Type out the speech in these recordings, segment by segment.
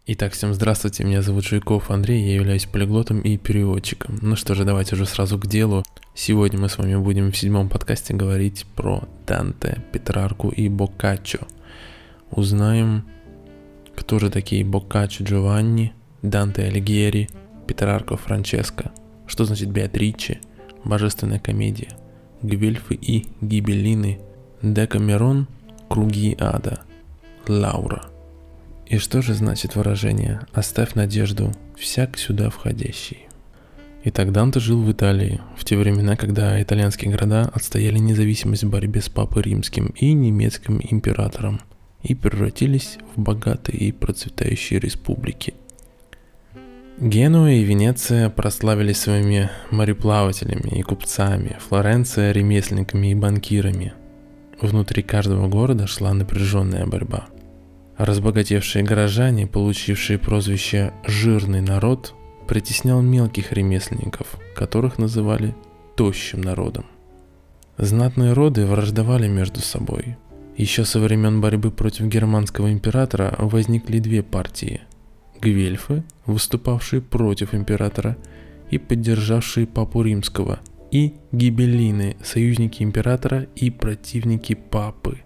Итак, всем здравствуйте, меня зовут Жуйков Андрей, я являюсь полиглотом и переводчиком. Ну что же, давайте уже сразу к делу. Сегодня мы с вами будем в 7-м подкасте говорить про Данте, Петрарку и Боккаччо. Узнаем, кто же такие Боккаччо Джованни, Данте Алигьери, Петрарко Франческо, что значит Беатриче, Божественная комедия, Гвельфы и Гибеллины, Декамерон, Круги ада, Лаура. И что же значит выражение «оставь надежду всяк сюда входящий»? Итак, Данте жил в Италии, в те времена, когда итальянские города отстояли независимость в борьбе с Папой Римским и немецким императором и превратились в богатые и процветающие республики. Генуя и Венеция прославились своими мореплавателями и купцами, Флоренция – ремесленниками и банкирами. Внутри каждого города шла напряженная борьба. Разбогатевшие горожане, получившие прозвище «жирный народ», притеснял мелких ремесленников, которых называли «тощим народом». Знатные роды враждовали между собой. Еще со времен борьбы против германского императора возникли две партии – гвельфы, выступавшие против императора и поддержавшие Папу Римского, и гибеллины, союзники императора и противники Папы.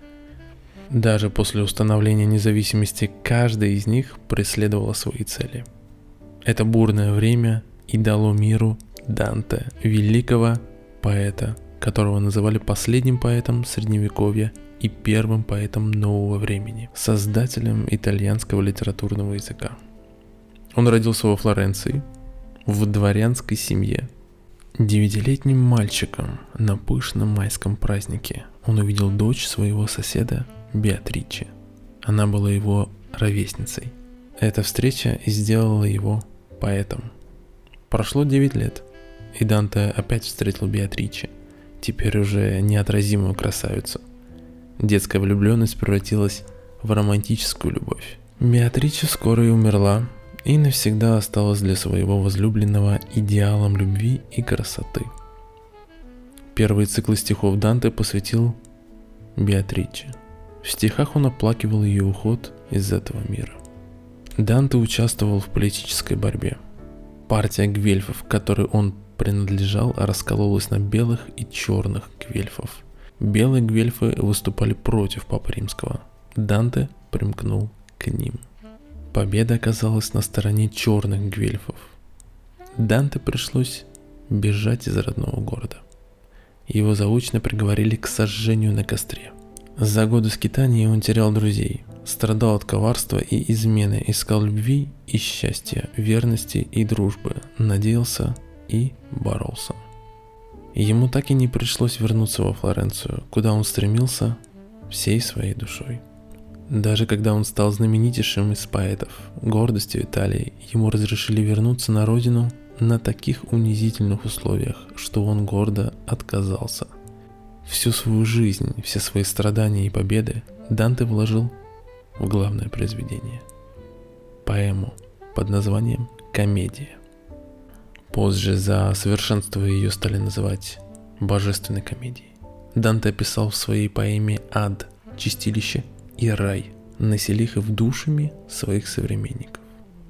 Даже после установления независимости каждая из них преследовала свои цели. Это бурное время и дало миру Данте, великого поэта, которого называли последним поэтом Средневековья и первым поэтом нового времени, создателем итальянского литературного языка. Он родился во Флоренции, в дворянской семье. 9-летним мальчиком на пышном майском празднике он увидел дочь своего соседа Беатриче. Она была его ровесницей. Эта встреча сделала его поэтом. Прошло 9 лет, и Данте опять встретил Беатриче, теперь уже неотразимую красавицу. Детская влюбленность превратилась в романтическую любовь. Беатриче вскоре и умерла, и навсегда осталась для своего возлюбленного идеалом любви и красоты. Первые циклы стихов Данте посвятил Беатриче. В стихах он оплакивал ее уход из этого мира. Данте участвовал в политической борьбе. Партия гвельфов, к которой он принадлежал, раскололась на белых и черных гвельфов. Белые гвельфы выступали против Папы Римского. Данте примкнул к ним. Победа оказалась на стороне черных гвельфов. Данте пришлось бежать из родного города. Его заочно приговорили к сожжению на костре. За годы скитания он терял друзей, страдал от коварства и измены, искал любви и счастья, верности и дружбы, надеялся и боролся. Ему так и не пришлось вернуться во Флоренцию, куда он стремился всей своей душой. Даже когда он стал знаменитейшим из поэтов, гордостью Италии, ему разрешили вернуться на родину на таких унизительных условиях, что он гордо отказался. Всю свою жизнь, все свои страдания и победы Данте вложил в главное произведение – поэму под названием «Комедия». Позже за совершенство ее стали называть «Божественной комедией». Данте описал в своей поэме ад, чистилище и рай, населив их душами своих современников.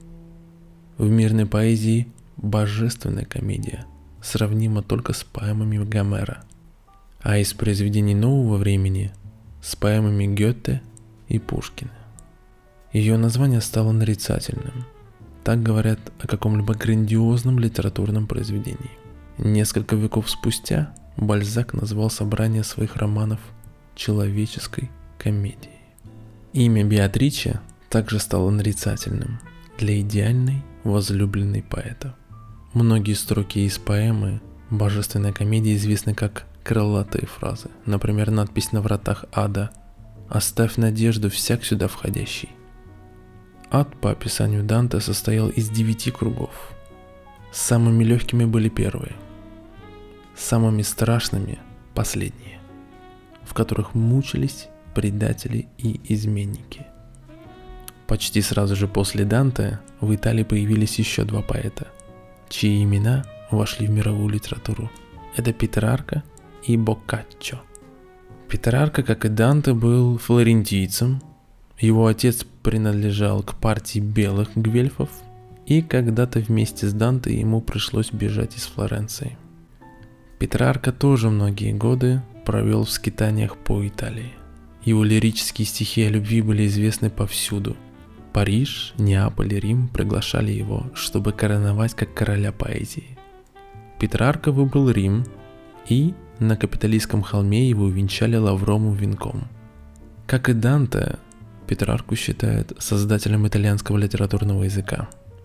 В мирной поэзии божественная комедия сравнима только с поэмами Гомера, а из произведений нового времени с поэмами Гёте и Пушкина. Ее название стало нарицательным. Так говорят о каком-либо грандиозном литературном произведении. Несколько веков спустя Бальзак назвал собрание своих романов человеческой комедией. Имя Беатриче также стало нарицательным для идеальной возлюбленной поэта. Многие строки из поэмы «Божественная комедия» известны как крылатые фразы. Например, надпись на вратах ада «Оставь надежду всяк сюда входящий». Ад, по описанию Данте, состоял из 9 кругов. Самыми легкими были первые, самыми страшными – последние, в которых мучились предатели и изменники. Почти сразу же после Данте в Италии появились еще 2 поэта, чьи имена вошли в мировую литературу. Это Петрарка и Боккаччо. Петрарка, как и Данте, был флорентийцем. Его отец принадлежал к партии белых гвельфов, и когда-то вместе с Данте ему пришлось бежать из Флоренции. Петрарка тоже многие годы провел в скитаниях по Италии. Его лирические стихи о любви были известны повсюду. Париж, Неаполь и Рим приглашали его, чтобы короновать как короля поэзии. Петрарка выбрал Рим, и на Капитолийском холме его увенчали лавровым венком. Как и Данте, Петрарку считают создателем итальянского литературного языка.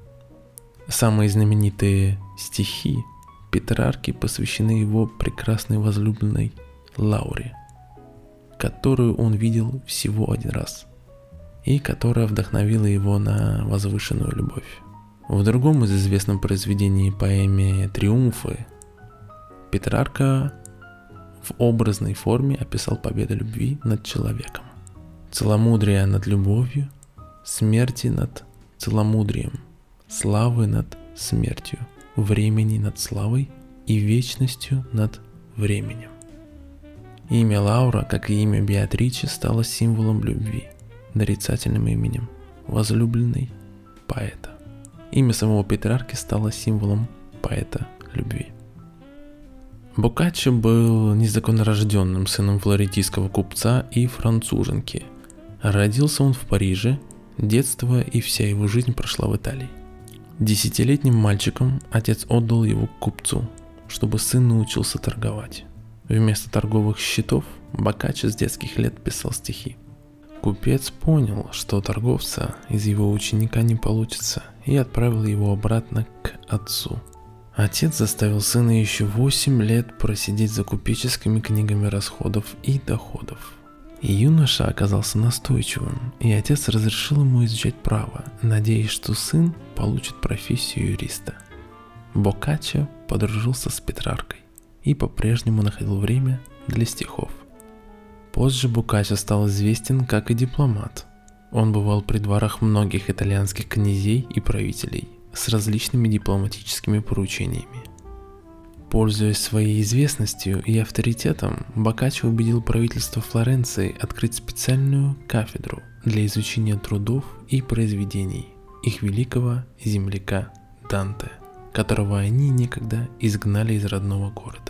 Самые знаменитые стихи Петрарки посвящены его прекрасной возлюбленной Лауре, которую он видел всего один раз, и которая вдохновила его на возвышенную любовь. В другом из известных произведений, поэме «Триумфы», Петрарка в образной форме описал победу любви над человеком, целомудрия над любовью, смерти над целомудрием, славы над смертью, времени над славой и вечностью над временем. Имя Лаура, как и имя Беатриче, стало символом любви, нарицательным именем возлюбленной поэта. Имя самого Петрарки стало символом поэта любви. Боккаччо был незаконнорожденным сыном флорентийского купца и француженки. Родился он в Париже, детство и вся его жизнь прошла в Италии. 10-летним мальчиком отец отдал его к купцу, чтобы сын научился торговать. Вместо торговых счетов Боккаччо с детских лет писал стихи. Купец понял, что торговца из его ученика не получится, и отправил его обратно к отцу. Отец заставил сына еще 8 лет просидеть за купеческими книгами расходов и доходов. И юноша оказался настойчивым, и отец разрешил ему изучать право, надеясь, что сын получит профессию юриста. Боккаччо подружился с Петраркой и по-прежнему находил время для стихов. Позже Боккаччо стал известен как и дипломат. Он бывал при дворах многих итальянских князей и правителей с различными дипломатическими поручениями. Пользуясь своей известностью и авторитетом, Боккаччо убедил правительство Флоренции открыть специальную кафедру для изучения трудов и произведений их великого земляка Данте, которого они некогда изгнали из родного города.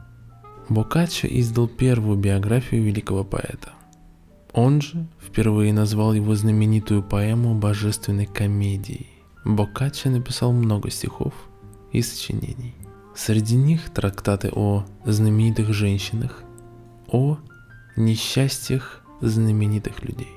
Боккаччо издал первую биографию великого поэта. Он же впервые назвал его знаменитую поэму «Божественной комедией». Боккаччо написал много стихов и сочинений. Среди них трактаты о знаменитых женщинах, о несчастьях знаменитых людей.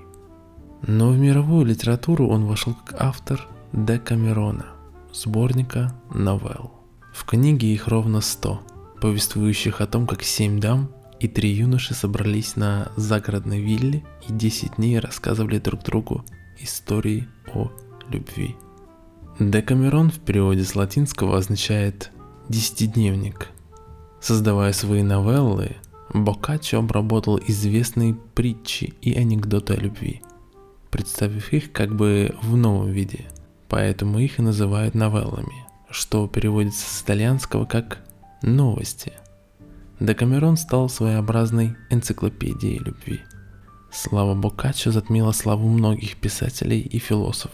Но в мировую литературу он вошел как автор Декамерона, сборника новелл. В книге их ровно 100, повествующих о том, как 7 дам и 3 юноши собрались на загородной вилле и 10 дней рассказывали друг другу истории о любви. Декамерон в переводе с латинского означает «десятидневник». Создавая свои новеллы, Боккаччо обработал известные притчи и анекдоты о любви, представив их как бы в новом виде, поэтому их и называют новеллами, что переводится с итальянского как «новости». Декамерон стал своеобразной энциклопедией любви. Слава Боккаччо затмила славу многих писателей и философов.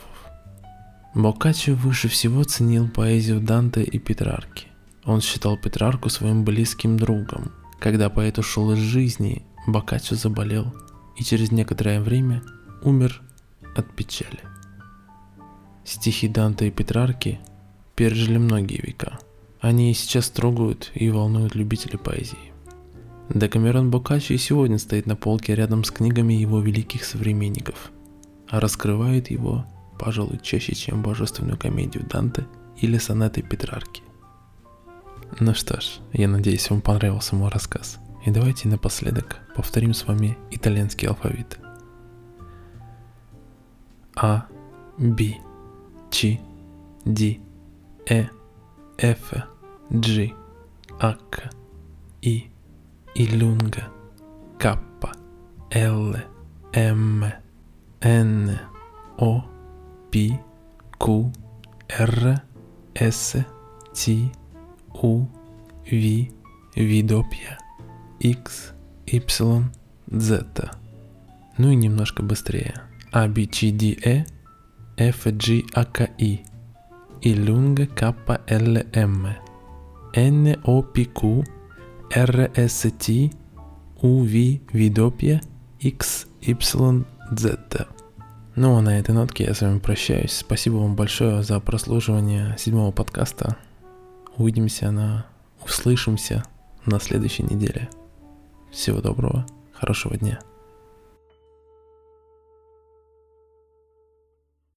Боккаччо выше всего ценил поэзию Данте и Петрарки. Он считал Петрарку своим близким другом. Когда поэт ушел из жизни, Боккаччо заболел и через некоторое время умер от печали. Стихи Данте и Петрарки пережили многие века. Они и сейчас трогают и волнуют любителей поэзии. Декамерон Боккаччо и сегодня стоит на полке рядом с книгами его великих современников, а раскрывает его, пожалуй, чаще, чем божественную комедию Данте или сонеты Петрарки. Ну что ж, я надеюсь, вам понравился мой рассказ. И давайте напоследок повторим с вами итальянский алфавит. А, Б, Ч, Д, Э, Ф, G, H, I, lunga, K, L, M, N, O, P, Q, R, S, T, U, V, W, X, Y, Z. Ну и немножко быстрее. ABCDE, FGHI, ILUNG KLM, NOPQ, RST, UV XYZ. Ну а на этой нотке я с вами прощаюсь. Спасибо вам большое за прослушивание 7-го подкаста. Услышимся на следующей неделе. Всего доброго, хорошего дня.